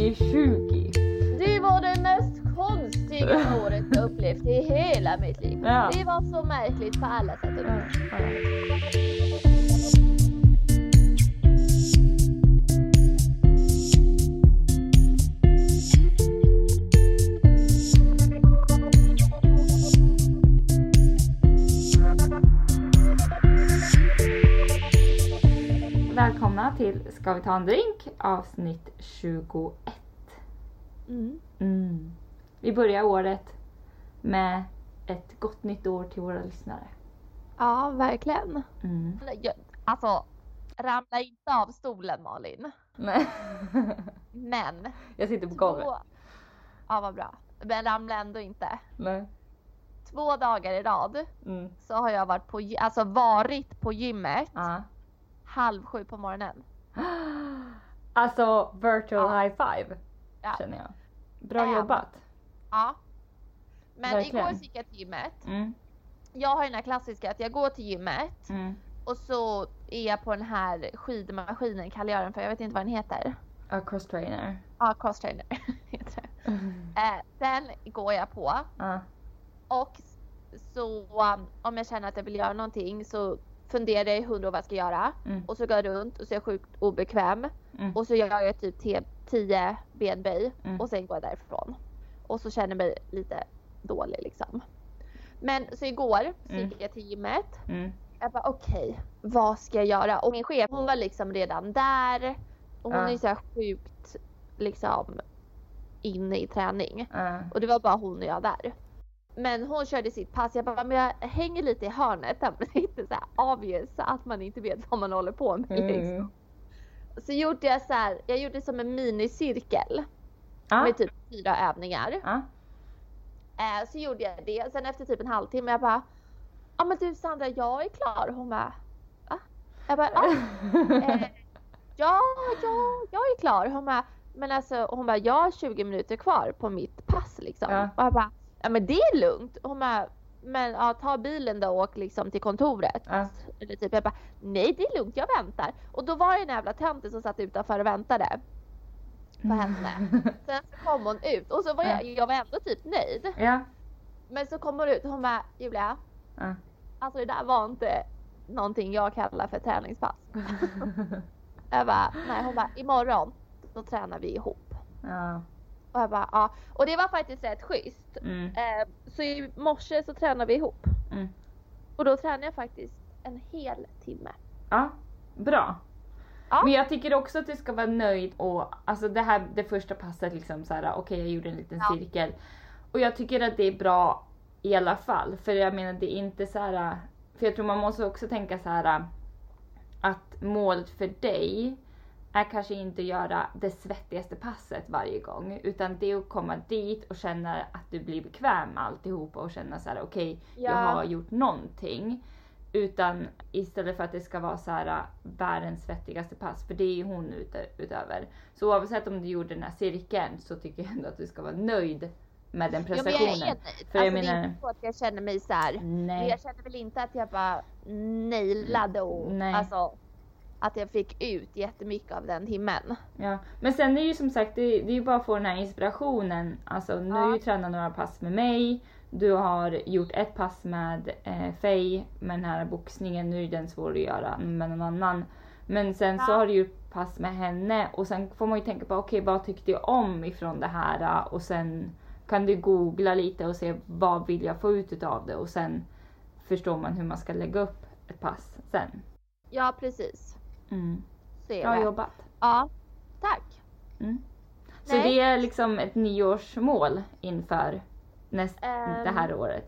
2020. Det var det mest konstiga året jag upplevt i hela mitt liv. Ja. Det var så märkligt på alla sätt och vis. Välkomna till Ska vi ta en drink? Avsnitt 21. Vi börjar året med ett gott nytt år till våra lyssnare. Ja, verkligen. Alltså, ramla inte av stolen, Malin. Nej. Men. Jag sitter på golvet. Ja, vad bra. Men ramla ändå inte. Nej. 2 dagar i rad så har jag varit på gymmet 6:30 på morgonen. Alltså virtual high five känner jag. Bra jobbat. Ja. Men Verkligen. igår gick jag till gymmet. Jag har den här klassiska att jag går till gymmet och så är jag på den här skidmaskinen, kallar jag den för, jag vet inte vad den heter. Cross trainer. Ja, cross trainer heter det. Sen går jag på och så om jag känner att jag vill göra någonting så funderar jag i 100 vad jag ska göra. Och så går jag runt och så är jag sjukt obekväm. Och så gör jag typ 10 benböj och sen går jag därifrån. Och så känner jag mig lite dålig liksom. Men så igår så gick jag till gymmet. Jag bara okej, vad ska jag göra? Och min chef, hon var liksom redan där. Och hon är så här sjukt liksom inne i träning. Och det var bara hon och jag där. Men hon körde sitt pass. Jag bara, men jag hänger lite i hörnet. Men det är inte så här obvious att man inte vet vad man håller på med liksom. Så gjorde jag så här, jag gjorde som en minicirkel. Med typ 4 övningar. Så gjorde jag det. Sen efter typ en halvtimme jag bara, ja men du Sandra, jag är klar. Hon bara, va? Jag bara, ja, jag är klar. Hon bara, men alltså, hon bara, jag har 20 minuter kvar på mitt pass liksom. Och jag bara, ja men det är lugnt. Hon bara, men ta bilen då och åk liksom till kontoret. Eller typ, jag bara, nej det är lugnt, jag väntar. Och då var det en jävla tanten som satt utanför och väntade på henne. Sen så kom hon ut och så var jag var ändå typ nöjd. Men så kom hon ut och hon bara, Julia, alltså det där var inte någonting jag kallar för träningspass. Jag bara, nej, hon bara, imorgon då tränar vi ihop. Och jag bara, ja. Och det var faktiskt rätt schysst. Så i morse så tränade vi ihop. Och då tränade jag faktiskt en hel timme. Ja, bra. Men jag tycker också att du ska vara nöjd. Och alltså det första passet liksom så här, okej, jag gjorde en liten cirkel. Och jag tycker att det är bra i alla fall. För jag menar, det är inte så här. För jag tror man måste också tänka så här. Att målet för dig är kanske inte att göra det svettigaste passet varje gång. Utan det är att komma dit och känna att du blir bekväm med alltihopa. Och känna så här, okej, jag har gjort någonting. Utan istället för att det ska vara så här världens svettigaste pass. För det är ju hon utöver. Så oavsett om du gjorde den här cirkeln så tycker jag ändå att du ska vara nöjd med den prestationen. Ja, men jag är nöjd. För alltså, det är inte så att jag känner mig så här. Nej. Jag känner väl inte att jag bara nailade och alltså att jag fick ut jättemycket av den timmen. Ja, men sen är det ju som sagt, det är ju bara att få den här inspirationen. Alltså nu har du tränat några pass med mig. Du har gjort ett pass med Faye med den här boxningen. Nu är den svår att göra med någon annan. Men sen så har du gjort pass med henne. Och sen får man ju tänka på, okej, vad tyckte jag om ifrån det här? Och sen kan du googla lite och se vad vill jag få ut av det. Och sen förstår man hur man ska lägga upp ett pass sen. Ja, precis. Bra jobbat. Ja, tack. Så det är liksom ett nyårsmål inför det här året?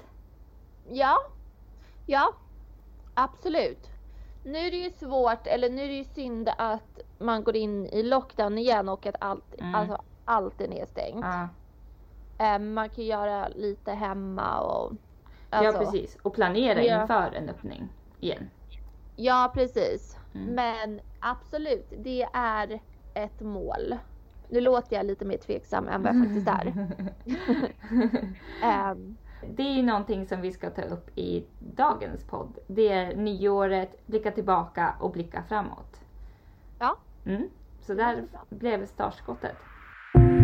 Ja, absolut. Nu är det ju svårt, eller nu är det ju synd att man går in i lockdown igen och att allt är nedstängt. Man kan göra lite hemma och ja, precis. Och planera inför en öppning igen. Ja, precis. Men absolut, det är ett mål. Nu låter jag lite mer tveksam än vad jag faktiskt är. Det är ju någonting som vi ska ta upp i dagens podd. Det är nyåret, blicka tillbaka och blicka framåt. Ja. Så där blev startskottet.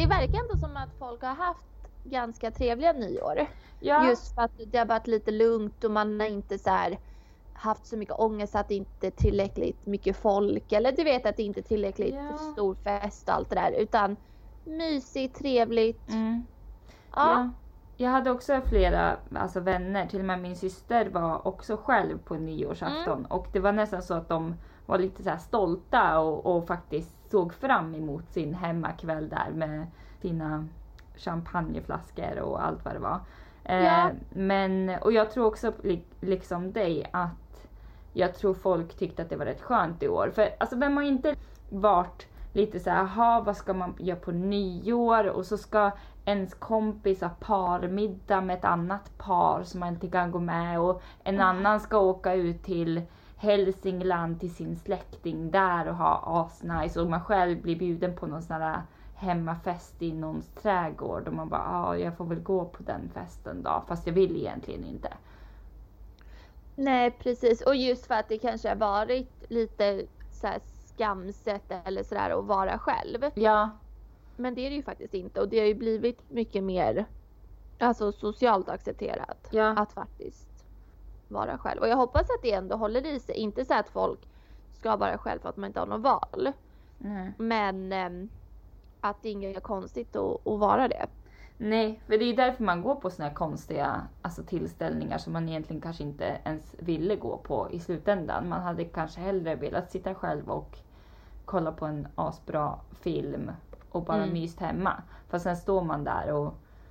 det verkar ändå som att folk har haft ganska trevliga nyår. Ja. Just för att det har varit lite lugnt och man har inte så här haft så mycket ångest att det inte är tillräckligt mycket folk. Eller du vet att det inte är tillräckligt stor fest och allt det där. Utan mysigt, trevligt. Ja. Jag hade också flera vänner, till och med min syster var också själv på nyårsafton. Och det var nästan så att de var lite så här stolta och faktiskt såg fram emot sin hemmakväll där med sina champagneflaskor och allt vad det var. Och jag tror också liksom dig att jag tror folk tyckte att det var rätt skönt i år. För alltså vem har inte varit lite så här, vad ska man göra på nyår? Och så ska ens kompis ha parmiddag med ett annat par som man inte kan gå med. Och en annan ska åka ut till Hälsingland till sin släkting där och ha asnice. Och man själv blir bjuden på någon sån här hemmafest i någons trädgård. Och man bara, jag får väl gå på den festen då. Fast jag vill egentligen inte. Nej, precis. Och just för att det kanske har varit lite så här skamset eller sådär att vara själv. Ja. Men det är det ju faktiskt inte. Och det har ju blivit mycket mer socialt accepterat. Ja. Att faktiskt vara själv. Och jag hoppas att det ändå håller i sig. Inte så att folk ska vara själv för att man inte har något val. Men att det är inget konstigt att vara det. Nej, för det är därför man går på såna här konstiga tillställningar som man egentligen kanske inte ens ville gå på i slutändan. Man hade kanske hellre velat sitta själv och kolla på en asbra film och bara myst hemma. Fast sen står man där och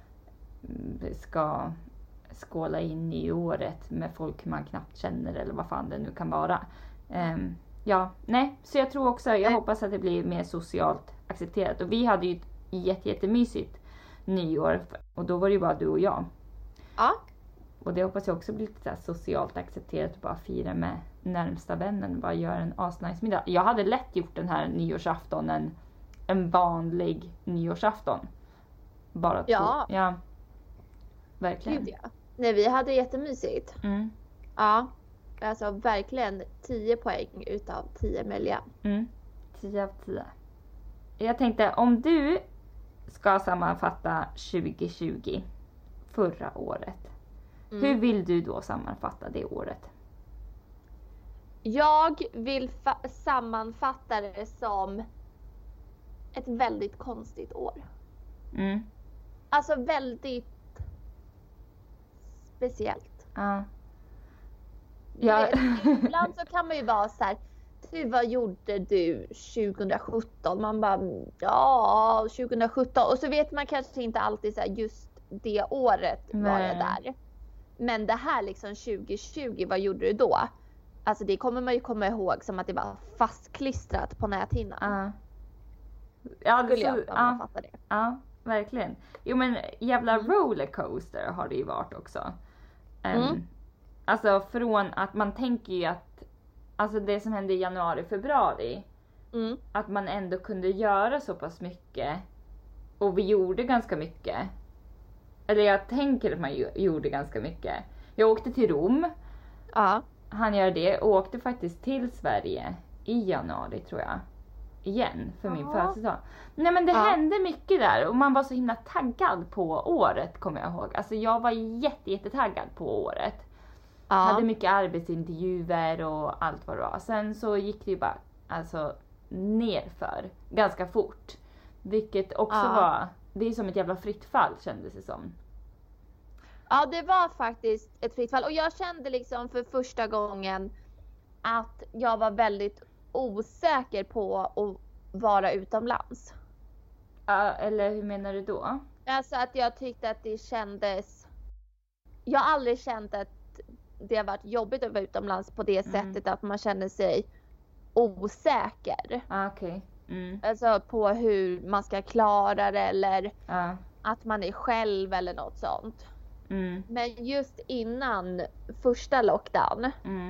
ska skåla in i året med folk man knappt känner eller vad fan det nu kan vara. Så jag tror också, jag hoppas att det blir mer socialt accepterat. Och vi hade ju ett jättemysigt nyår och då var det ju bara du och jag. Ja. Och det hoppas jag också blir lite så här socialt accepterat att bara fira med närmsta vännen och bara göra en asnice middag. Jag hade lätt gjort den här nyårsaftonen en vanlig nyårsafton. Bara ja. Ja. Verkligen. Gud, ja. Nej, vi hade jättemysigt. Ja. Alltså verkligen 10 poäng utav 10 möjliga. 10 av 10. Jag tänkte, om du ska sammanfatta 2020 förra året. Hur vill du då sammanfatta det året? Jag vill sammanfatta det som ett väldigt konstigt år. Alltså väldigt speciellt. Ja. Ibland så kan man ju vara så här, vad gjorde du 2017? Man bara, 2017. Och så vet man kanske inte alltid så här, just det året var jag där. Men det här liksom 2020, vad gjorde du då? Alltså det kommer man ju komma ihåg som att det var fastklistrat på näthinnan. Ja, skulle jag sammanfatta det. Ja, verkligen. Jo men jävla rollercoaster har det ju varit också. Alltså från att man tänker ju att det som hände i januari, februari. Att man ändå kunde göra så pass mycket. Och vi gjorde ganska mycket. Eller jag tänker att man gjorde ganska mycket. Jag åkte till Rom. Ja. Han gör det och åkte faktiskt till Sverige i januari tror jag. Igen för min födelsedag. Nej men det hände mycket där och man var så himla taggad på året kommer jag ihåg. Alltså jag var jättetaggad på året. Hade mycket arbetsintervjuer och allt vad det var. Sen så gick det ju bara nerför ganska fort. Vilket också var, det är som ett jävla fritt fall kändes det som. Ja, det var faktiskt ett fritt fall. Och jag kände liksom för första gången att jag var väldigt osäker på att vara utomlands. Eller hur menar du då? Alltså att jag tyckte att det kändes... Jag har aldrig känt att det har varit jobbigt att vara utomlands på det sättet att man känner sig osäker. Okej. Alltså på hur man ska klara det eller att man är själv eller något sånt. Men just innan första lockdown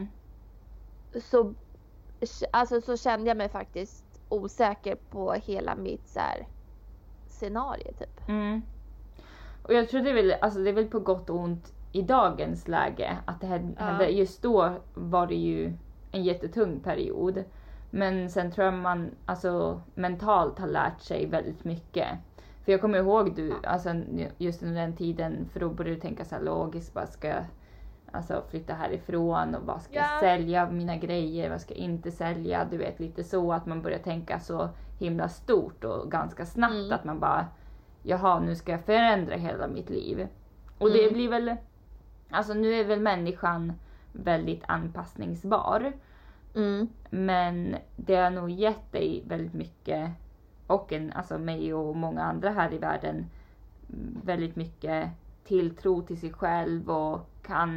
så kände jag mig faktiskt osäker på hela mitt så här scenario typ. Och jag tror det är väl på gott och ont i dagens läge att det hände. Just då var det ju en jättetung period. Men sen tror jag man mentalt har lärt sig väldigt mycket. För jag kommer ihåg alltså just under den tiden, för då började du tänka så här logiskt, vad ska jag flytta härifrån och vad ska jag sälja mina grejer, vad ska jag inte sälja, du vet, lite så att man börjar tänka så himla stort och ganska snabbt att man bara, jaha, nu ska jag förändra hela mitt liv. Och det blir väl, alltså nu är väl människan väldigt anpassningsbar. Men det har nog gett dig väldigt mycket, och alltså mig och många andra här i världen, väldigt mycket tilltro till sig själv och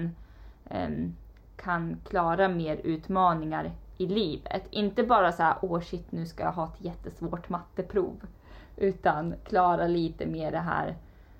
kan klara mer utmaningar i livet. Inte bara så här, shit, nu ska jag ha ett jättesvårt matteprov, utan klara lite mer det här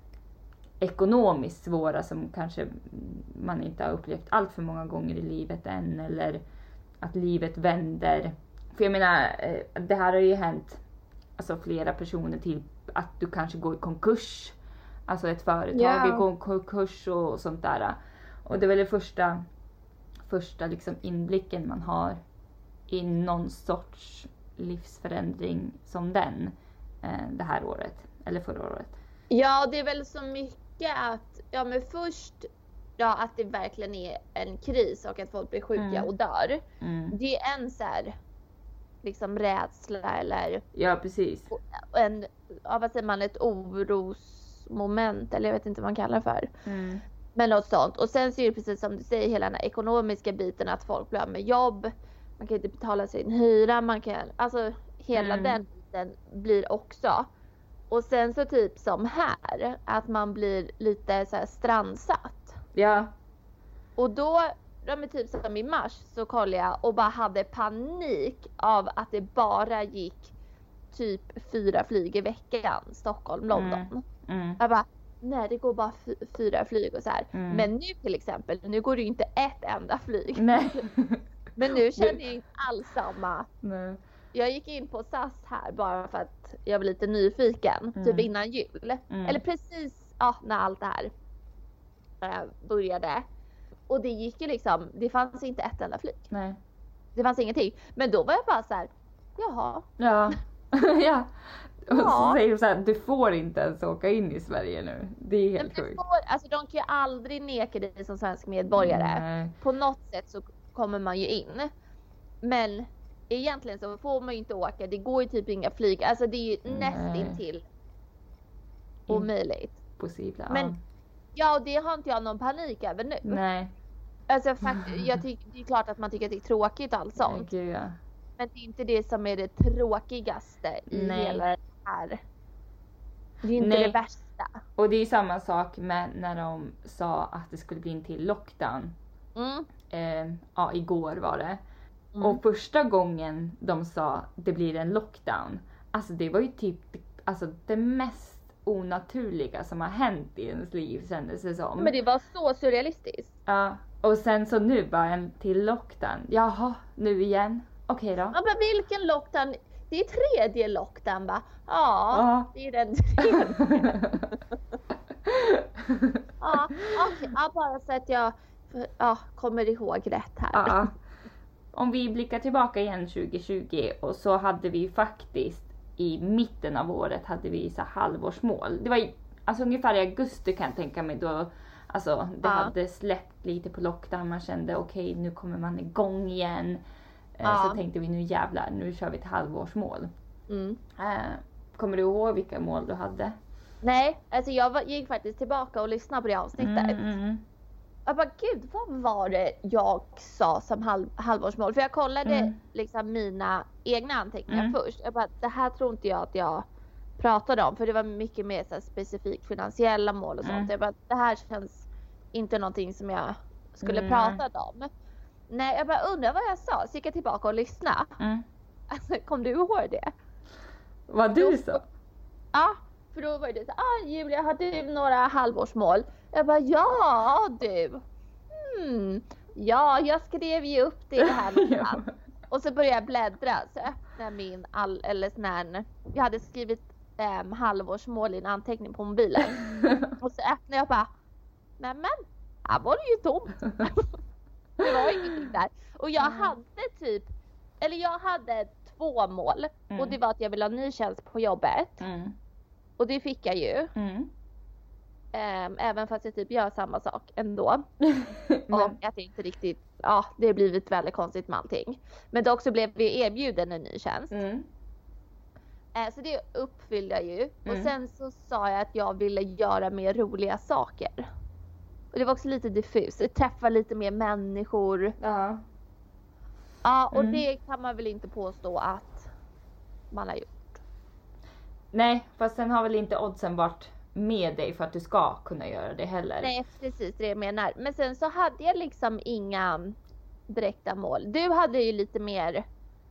ekonomiskt svåra som kanske man inte har upplevt allt för många gånger i livet än, eller att livet vänder. För jag menar, det här har ju hänt alltså flera personer till, att du kanske går i konkurs, alltså ett företag går i konkurs och sånt där. Och det är väl det första liksom inblicken man har i någon sorts livsförändring som den det här året, eller förra året. Ja, det är väl så mycket att, men först, att det verkligen är en kris och att folk blir sjuka och dör. Det är en så här, liksom rädsla eller... Ja, precis. Vad säger man, ett orosmoment, eller jag vet inte vad man kallar det för. Men något sånt. Och sen så är det precis som du säger, hela den här ekonomiska biten, att folk blir av med jobb. Man kan inte betala sin hyra, alltså hela den biten blir också. Och sen så typ som här, att man blir lite så här strandsatt. Ja. Och då typ som i mars, så kollade jag och bara hade panik av att det bara gick typ 4 flyg i veckan, Stockholm, London. Jag bara, nej, det går bara 4 flyg och så här. Men nu till exempel, nu går det ju inte ett enda flyg. Nej. Men nu känner jag inte alls samma. Nej. Jag gick in på SAS här bara för att jag var lite nyfiken, typ innan jul. Eller precis när allt det här började. Och det gick ju liksom, det fanns inte ett enda flyg. Nej. Det fanns ingenting. Men då var jag bara så här, jaha. Ja. Ja. Och så säger de så här, du får inte ens åka in i Sverige nu. Det är helt sjukt. Alltså de kan ju aldrig neka dig som svensk medborgare. Nej. På något sätt så kommer man ju in. Men egentligen så får man ju inte åka. Det går ju typ inga flyg. Alltså det är ju nästintill omöjligt. Possibla. Men det har inte jag någon panik över nu. Nej. Alltså jag tycker, det är klart att man tycker att det är tråkigt och allt sånt. Nej, ja. Men det är inte det som är det tråkigaste i hela det här. Det är inte det värsta. Och det är samma sak med när de sa att det skulle bli en till lockdown. Igår var det. Och första gången de sa det blir en lockdown, alltså det var ju typ det mest onaturliga som har hänt i ens liv, kändes det som. Men det var så surrealistiskt. Ja, och sen så nu bara en till lockdown. Jaha, nu igen. Okej då. Ja, men vilken lockdown? Det är 3:e lockdown, va? Ja, det är den 3:e. Okej, bara så att jag kommer ihåg rätt här. Ja. Om vi blickar tillbaka igen 2020, och så hade vi faktiskt i mitten av året hade vi så halvårsmål. Det var ungefär i augusti, kan jag tänka mig, då det hade släppt lite på lockdown. Man kände okej, nu kommer man igång igen. Så tänkte vi, nu jävlar, nu kör vi ett halvårsmål. Kommer du ihåg vilka mål du hade? Nej, alltså jag gick faktiskt tillbaka och lyssnade på det avsnittet. Jag bara, gud, vad var det jag sa som halvårsmål? För jag kollade liksom mina egna anteckningar först. Jag bara, det här tror inte jag att jag pratade om. För det var mycket mer så här specifikt finansiella mål och sånt. Jag bara, det här känns inte någonting som jag skulle prata om. Nej, jag bara undrar vad jag sa. Så gick jag tillbaka och lyssnade. Alltså, kom du ihåg det? Vad du sa? Ja, för då var det så Julia, har du några halvårsmål? Jag bara, ja du. Ja, jag skrev ju upp det här. Och så började jag bläddra. Så öppnade jag jag hade skrivit halvårsmål i en anteckning på mobilen. Och så öppnade jag bara, nämen, här var det ju tomt. Det var ingenting där. Och jag hade 2 mål. Och det var att jag ville ha ny tjänst på jobbet. Och det fick jag ju. Även fast jag typ gör samma sak ändå. Och att det inte riktigt, det har blivit väldigt konstigt med allting. Men då också blev vi erbjuden en ny tjänst. Så det uppfyllde jag ju. Och sen så sa jag att jag ville göra mer roliga saker. Och det var också lite diffust. Träffa lite mer människor. Ja, och det kan man väl inte påstå att man har gjort. Nej, fast sen har väl inte oddsen varit med dig för att du ska kunna göra det heller. Nej, precis det jag menar. Men sen så hade jag liksom inga direkta mål. Du hade ju lite mer...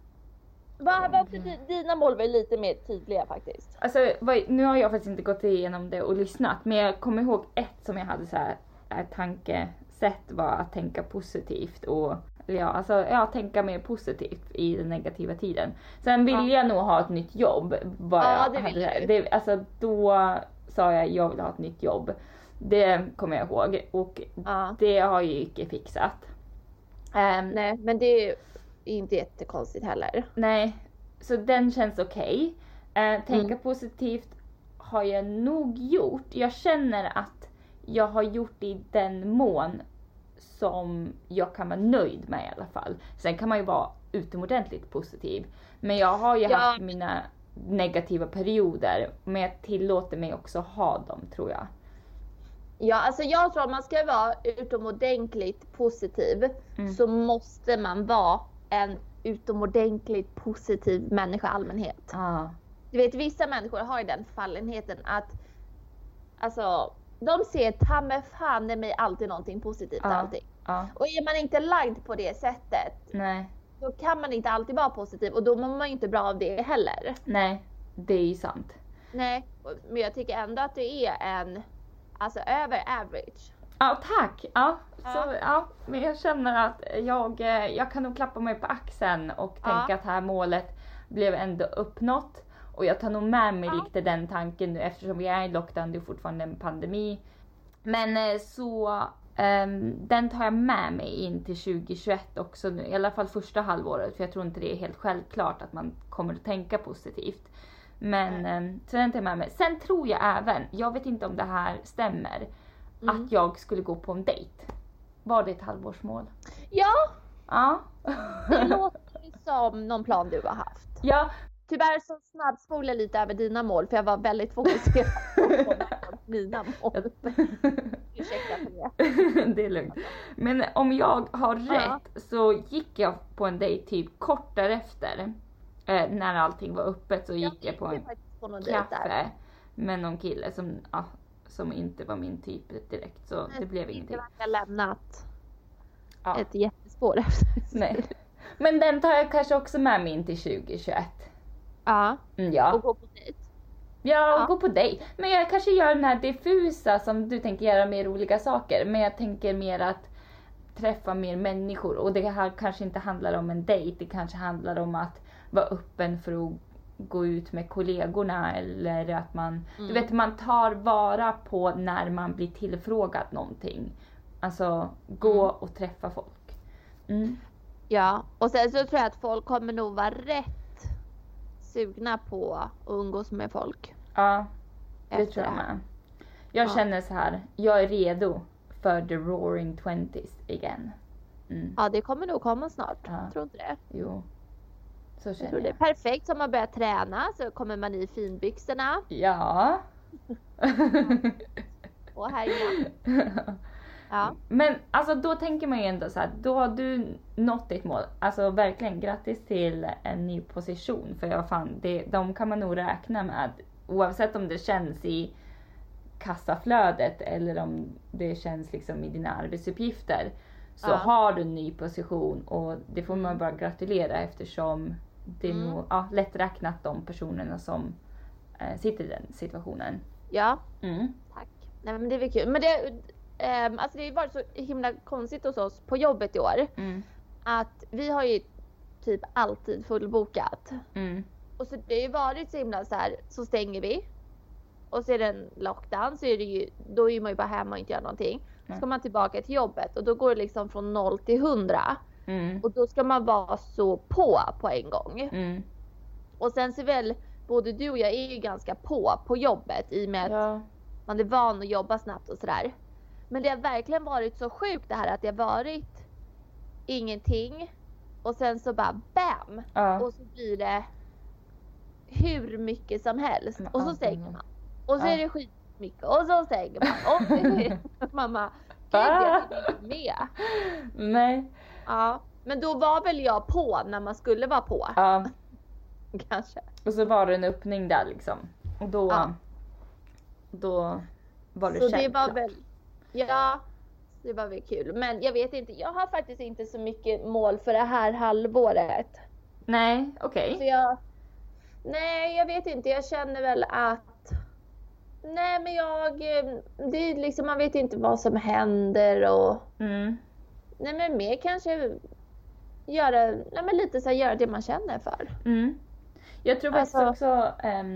Dina mål var lite mer tydliga faktiskt. Alltså, nu har jag faktiskt inte gått igenom det och lyssnat. Men jag kommer ihåg ett som jag hade så här, ett tankesätt var att tänka positivt. Och tänka mer positivt i den negativa tiden. Sen vill jag nog ha ett nytt jobb. Det vill du. Alltså då sa jag vill ha ett nytt jobb. Det kommer jag ihåg. Och det har ju inte fixat. Nej, men det är ju inte jättekonstigt heller. Nej, så den känns okej. Tänka positivt har jag nog gjort. Jag känner att jag har gjort det i den mån som jag kan vara nöjd med i alla fall. Sen kan man ju vara utomordentligt positiv. Men jag har ju haft mina negativa perioder. Men jag tillåter mig också ha dem, tror jag. Ja, alltså jag tror att man ska vara utomordentligt positiv. Så måste man vara en utomordentligt positiv människa i allmänhet. Du vet, vissa människor har ju den fallenheten att alltså, de ser ta med fan i mig alltid någonting positivt allting. Och är man inte lagd på det sättet, då kan man inte alltid vara positiv och då mår man ju inte bra av det heller. Nej, det är ju sant. Nej, men jag tycker ändå att du är alltså över average. Ja, tack. Men jag känner att jag kan nog klappa mig på axeln och tänka att här målet blev ändå uppnått. Och jag tar nog med mig lite den tanken nu eftersom vi är i lockdown, det är fortfarande en pandemi. Men så den tar jag med mig in till 2021 också nu, i alla fall första halvåret. För jag tror inte det är helt självklart att man kommer att tänka positivt. Men så den tar jag med mig. Sen tror jag även, jag vet inte om det här stämmer, att jag skulle gå på en dejt. Var det ett halvårsmål? Ja. Det låter som någon plan du har haft. Ja. Tyvärr så snabbspolar lite över dina mål, för jag var väldigt fokuserad på mina mål. Ursäkta för det. Det är lugnt. Men om jag har rätt så gick jag på en dejt typ kort därefter. När allting var öppet så gick jag på en kaffe med någon kille som inte var min typ direkt. Så det blev ingenting. Det verkar lämnat ett jättespår efter. Nej. Men den tar jag kanske också med mig in till 2021. Och gå på dejt. Gå på dejt. Men jag kanske gör den här diffusa som du tänker göra mer roliga saker. Men jag tänker mer att träffa mer människor. Och det här kanske inte handlar om en dejt. Det kanske handlar om att vara öppen för att gå ut med kollegorna. Eller att man, du vet, man tar vara på när man blir tillfrågad någonting. Alltså gå och träffa folk. Ja, och sen så tror jag att folk kommer nog vara rätt sugna på att umgås med folk. Ja, det tror jag med. Jag känner så här, jag är redo för the roaring 20s igen. Ja, det kommer nog komma snart. Tror inte det? Jo, så känner jag. Tror det är perfekt som man börjar träna så kommer man i finbyxorna. Ja. Och här igen. Ja. Men alltså då tänker man ju ändå så här, då har du nått ditt mål. Alltså verkligen grattis till en ny position. För de kan man nog räkna med. Oavsett om det känns i kassaflödet eller om det känns liksom i dina arbetsuppgifter. Så har du en ny position och det får man bara gratulera eftersom det är nog lätt räknat de personerna som sitter i den situationen. Ja, tack. Nej, men det är väl kul. Men alltså det har ju varit så himla konstigt hos oss på jobbet i år. Att vi har ju typ alltid fullbokat. Och så det har ju varit så himla så här, så stänger vi. Och så är det en lockdown, så är det ju, då är man ju bara hemma och inte gör någonting. Så ska man tillbaka till jobbet och då går det liksom från 0 till 100. Och då ska man vara så på en gång. Och sen så väl både du och jag är ju ganska på jobbet i och med att man är van att jobba snabbt och sådär. Men det har verkligen varit så sjukt det här att det har varit ingenting och sen så bara bam! Och så blir det hur mycket som helst. Och så stänger man. Och så är det skitmycket. Och så stänger man. Och så är det mamma. Gud, jag är inte med. Nej. Ja. Men då var väl jag på när man skulle vara på. Ja. Kanske. Och så var det en öppning där liksom. Och då var det så självklart. Det var väl, det var väl kul. Men jag vet inte, jag har faktiskt inte så mycket mål för det här halvåret. Nej, okej. Okay. Nej, jag vet inte. Jag känner väl att nej, men det är liksom, man vet inte vad som händer och nej, men mer kanske göra det man känner för. Jag tror faktiskt också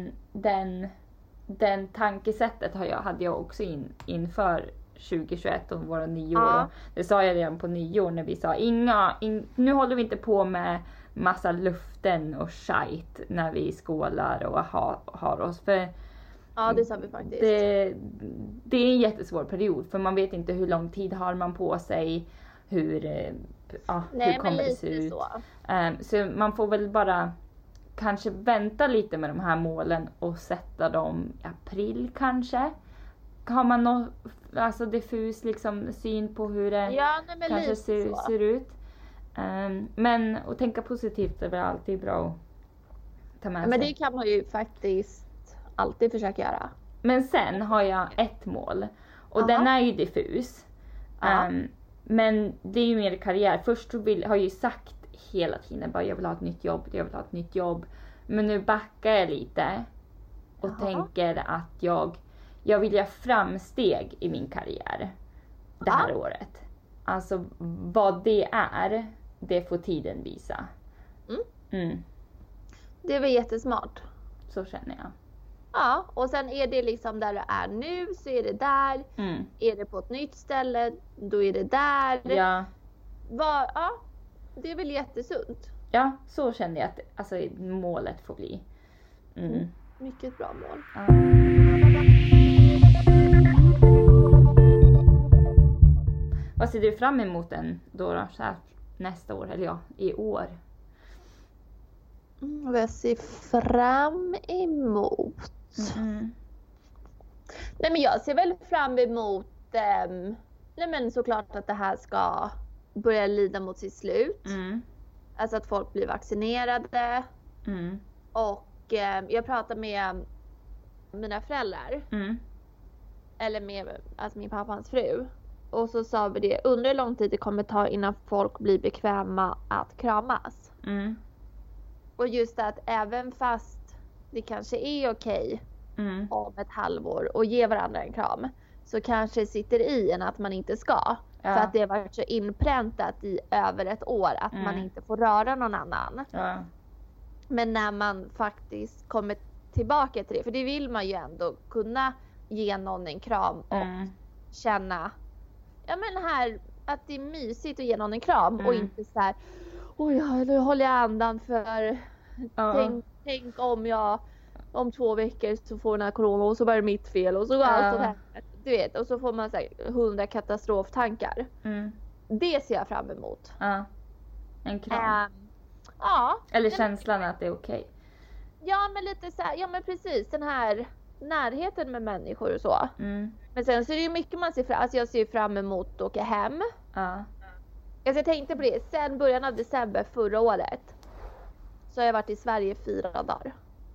den tankesättet hade jag också inför 2021 och våra nyår. Det sa jag redan på nyår när vi sa nu håller vi inte på med massa luften och skit när vi skålar och har oss. För det sa vi faktiskt. Det är en jättesvår period för man vet inte hur lång tid har man på sig, hur kommer det se ut. Så man får väl bara kanske vänta lite med de här målen och sätta dem i april kanske. Har man någon diffus liksom syn på hur det kanske ser ut. Men att tänka positivt är väl alltid bra att ta med sig. Men det kan man ju faktiskt alltid försöka göra. Men sen har jag ett mål. Och den är ju diffus. Men det är ju mer karriär. Först har jag ju sagt hela tiden bara jag vill ha ett nytt jobb. Men nu backar jag lite. Och tänker att jag vill göra framsteg i min karriär. Det här året. Alltså vad det är. Det får tiden visa. Det är väl jättesmart. Så känner jag. Ja, och sen är det liksom där du är nu så är det där. Är det på ett nytt ställe, då är det där. Ja. Det är väl jättesunt. Ja, så kände jag att målet får bli. Mycket bra mål. Vad ser du fram emot då så här, nästa år eller i år? Vad jag ser fram emot. Nej, men jag ser väl fram emot såklart att det här ska börja lida mot sitt slut. Alltså att folk blir vaccinerade. Och jag pratar med mina föräldrar. Eller med min pappas fru. Och så sa vi det, under hur lång tid det kommer ta innan folk blir bekväma att kramas. Och just att även fast det kanske är okej om ett halvår och ge varandra en kram, så kanske sitter i en att man inte ska. För att det har varit så inpräntat i över ett år att man inte får röra någon annan. Men när man faktiskt kommer tillbaka till det, för det vill man ju ändå kunna ge någon en kram och känna att det är mysigt att ge någon en kram och inte så här, nu håller jag andan för tänk om jag om 2 veckor så får den här corona och så var det mitt fel och så går allt åt helvete. Du vet, och så får man så här 100 katastroftankar. Det ser jag fram emot. En kram. Eller känslan att det är okej. Ja, men lite så här, ja men precis den här närheten med människor och så. Men sen så är det ju mycket man ser fram, jag ser fram emot att åka hem. Jag tänkte på det, sen början av december förra året så har jag varit i Sverige 4 dagar.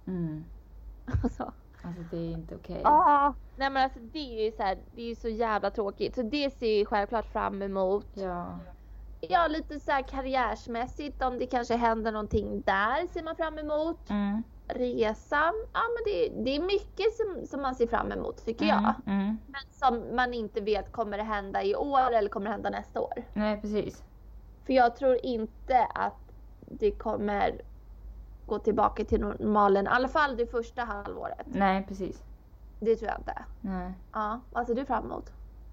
Alltså det är inte okej. Nej, men alltså det är ju så här, det är ju så jävla tråkigt. Så det ser jag självklart fram emot. Ja, lite så här karriärsmässigt, om det kanske händer någonting där ser man fram emot. Resan, men det är mycket som man ser fram emot tycker jag. Men som man inte vet, kommer det hända i år eller kommer det hända nästa år? Nej, precis. För jag tror inte att det kommer gå tillbaka till normalen, i alla fall det första halvåret. Nej, precis. Det tror jag inte. Nej. Ja, vad ser du fram emot?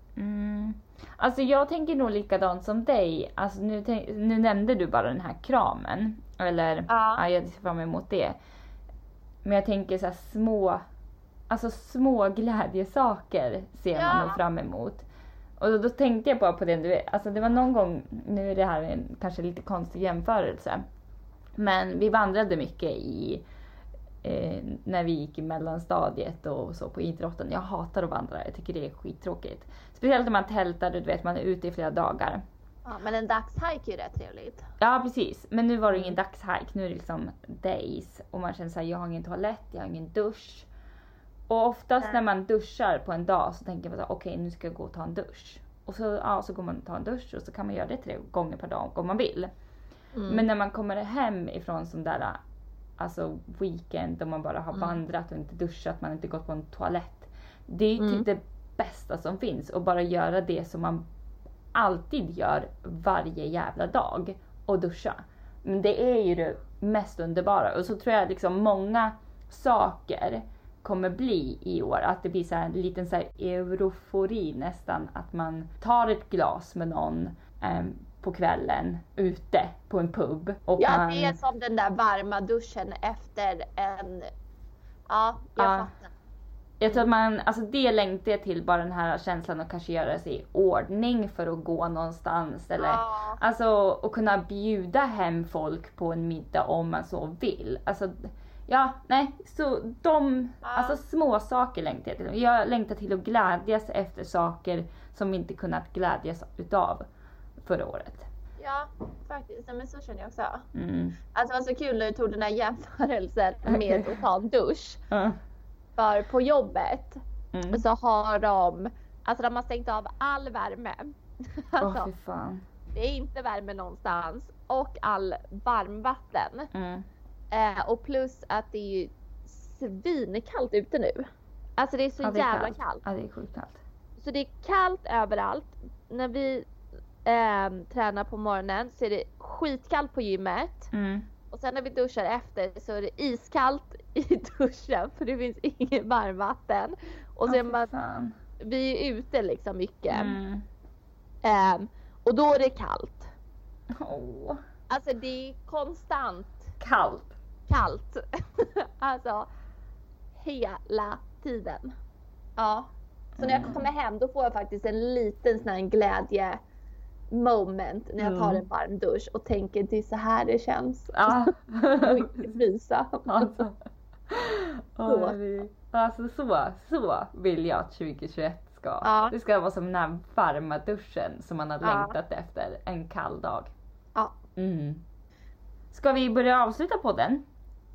Alltså jag tänker nog likadant som dig. Alltså nu nämnde du bara den här kramen. Eller jag ser fram emot det. Men jag tänker så här små glädjesaker ser man nog fram emot. Och då tänkte jag bara på det, du vet, alltså det var någon gång, nu är det här en kanske lite konstig jämförelse. Men vi vandrade mycket när vi gick i mellanstadiet och så på idrotten. Jag hatar att vandra, jag tycker det är skittråkigt. Speciellt när man tältar, du vet, man är ute i flera dagar. Ja, men en dagshike är ju rätt trevligt. Ja, precis. Men nu var det ingen dagshike, nu är det liksom days. Och man känner såhär, jag har ingen toalett, jag har ingen dusch. Och oftast när man duschar på en dag så tänker man så okej, nu ska jag gå och ta en dusch. Och så går man och tar en dusch och så kan man göra det 3 gånger per dag om man vill. Men när man kommer hem ifrån sån där alltså weekend och man bara har vandrat och inte duschat, man har inte gått på en toalett. Det är typ det bästa som finns, och bara göra det som man alltid gör varje jävla dag, och duscha. Men det är ju det mest underbara, och så tror jag liksom många saker kommer bli i år, att det blir så här en liten så här eufori nästan, att man tar ett glas med någon på kvällen ute på en pub. Och det är som den där varma duschen efter en... Ja, jag fattar. Jag tror att man, alltså det längtar jag till, bara den här känslan att kanske göra sig i ordning för att gå någonstans. Eller, alltså att kunna bjuda hem folk på en middag om man så vill. Alltså, så alltså små saker längtar jag till. Jag längtar till att glädjas efter saker som inte kunnat glädjas utav förra året. Ja, faktiskt. Men så känner jag också. Alltså det var så kul när du tog den här jämförelsen med att ta en dusch. För på jobbet så har de har stängt av all värme. Alltså, fy fan. Det är inte värme någonstans. Och all varmvatten. Och plus att det är ju svinkallt ute nu. Alltså det är så jävla kallt. Ja, det är sjukt kallt. Så det är kallt överallt. När vi tränar på morgonen så är det skitkallt på gymmet. Och sen när vi duschar efter så är det iskallt i duschen, för det finns inget varmvatten. Och så vi är ute liksom mycket. Och då är det kallt. Alltså det är konstant kallt. Alltså hela tiden. Ja. Så när jag kommer hem då får jag faktiskt en liten sån här glädje moment när jag tar en varm dusch och tänker det är så här det känns. Ja. Och inte frysa. Alltså så vill jag att 2021 ska. Det ska vara som den här varma duschen som man har längtat efter en kall dag. Ska vi börja avsluta podden?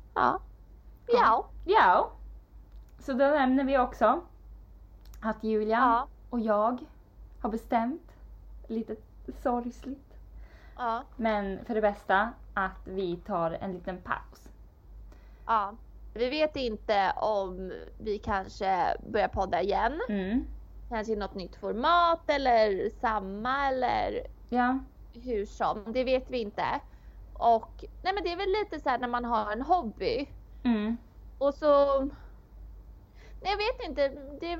Ja. Så då nämner vi också att Julia och jag har bestämt, lite sorgsligt, men för det bästa, att vi tar en liten paus. Ja, vi vet inte om vi kanske börjar podda igen. Kanske i något nytt format eller samma eller hur som, det vet vi inte. Och nej, men det är väl lite så här när man har en hobby. Och så nej, jag vet inte,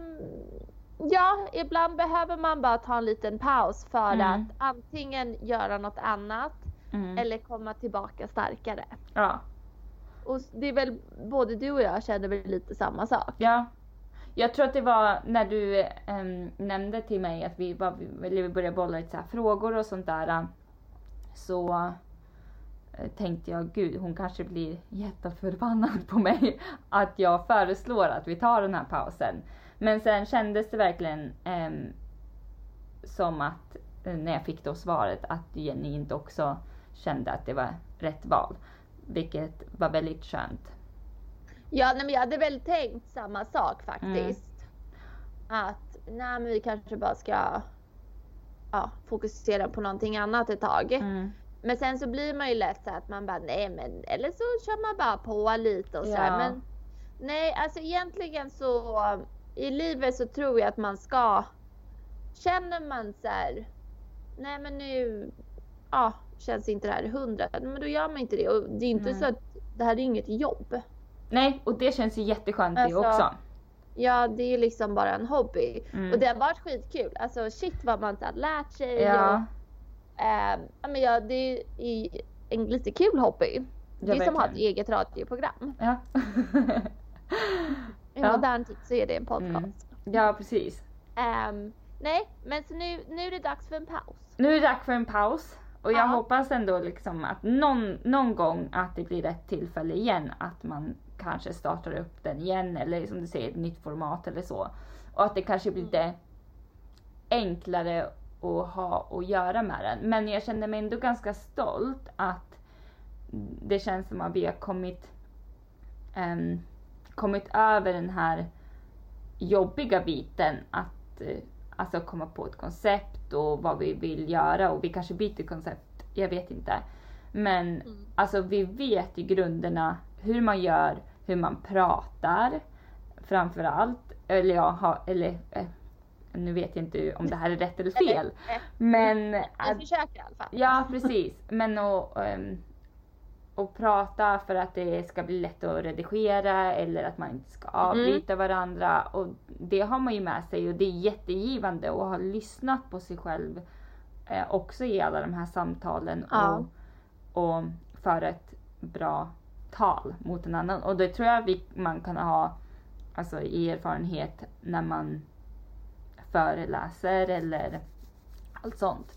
ibland behöver man bara ta en liten paus för att antingen göra något annat eller komma tillbaka starkare. Ja. Och det är väl både du och jag känner väl lite samma sak. Ja. Jag tror att det var när du nämnde till mig att vi började bolla lite så här frågor och sånt där. Så tänkte jag, gud, hon kanske blir jätteförbannad på mig att jag föreslår att vi tar den här pausen. Men sen kändes det verkligen som att när jag fick då svaret att Jenny inte också kände att det var rätt val. Vilket var väldigt skönt. Ja, men jag hade väl tänkt samma sak faktiskt. Att nej, men vi kanske bara ska fokusera på någonting annat ett tag. Men sen så blir man ju lätt så att man bara nej, men eller så kör man bara på lite och så här. Men nej, alltså egentligen så i livet så tror jag att man ska, känner man så här, nej men nu känns inte det här 100, men då gör man inte det. Och det är inte så att det här är inget jobb. Nej, och det känns ju jätteskönt det också. Ja, det är liksom bara en hobby. Och det har varit skitkul. Alltså shit vad man har lärt sig. Ja. Och, det är en lite kul hobby. Det är som har ett eget radioprogram. Ja. I modern tid så är det en podcast. Ja, precis. Nej, men så nu är det dags för en paus. Nu är det dags för en paus. Och jag hoppas ändå liksom att någon gång att det blir rätt tillfälle igen. Att man kanske startar upp den igen. Eller som du säger, ett nytt format eller så. Och att det kanske blir lite enklare att ha och göra med den. Men jag känner mig ändå ganska stolt att det känns som att vi har kommit över den här jobbiga biten att alltså komma på ett koncept och vad vi vill göra, och vi kanske byter koncept, jag vet inte, men alltså vi vet i grunderna hur man gör, hur man pratar framförallt, nu vet jag inte om det här är rätt eller fel, men jag försöker i alla fall. Ja, precis, men och prata för att det ska bli lätt att redigera eller att man inte ska avbryta varandra, och det har man ju med sig, och det är jättegivande att ha lyssnat på sig själv också i alla de här samtalen och föra ett bra tal mot en annan, och det tror jag man kan ha alltså erfarenhet när man föreläser eller allt sånt.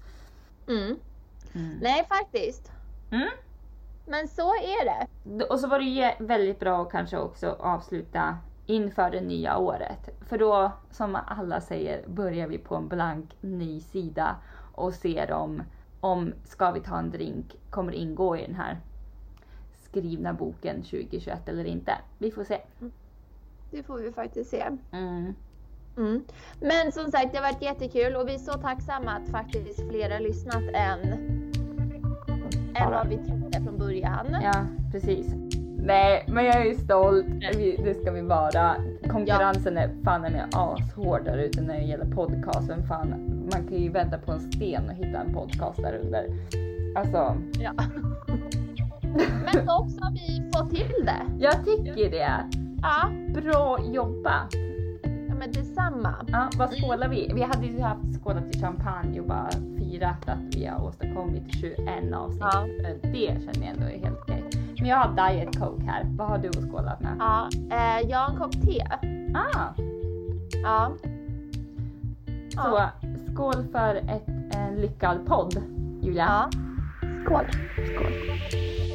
Nej, faktiskt. Men så är det. Och så var det ju väldigt bra att kanske också avsluta inför det nya året. För då, som alla säger, börjar vi på en blank ny sida och ser om Ska vi ta en drink kommer ingå i den här skrivna boken 2021 eller inte. Vi får se. Det får vi faktiskt se. Men som sagt, det har varit jättekul och vi är så tacksamma att faktiskt fler har lyssnat än vad vi trodde från början. Ja, precis. Nej, men jag är ju stolt. Det ska vi vara. Konkurrensen är fan med ashård där ute när det gäller podcasten. Fan, man kan ju vänta på en sten och hitta en podcast där under. Alltså. Ja. Men också har vi fått till det. Jag tycker det. Ja. Bra jobbat. Ja, men detsamma. Ja, vad skålar vi? Vi hade ju haft skålat i champagne och bara firat att vi har åstadkommit 21 avsnitt. Ja. Det känner jag ändå är helt okej. Men jag har Diet Coke här. Vad har du skålat med? Ja, jag har en kopp te. Ja. Så, skål för en lyckad podd, Julia. Ja. Skål.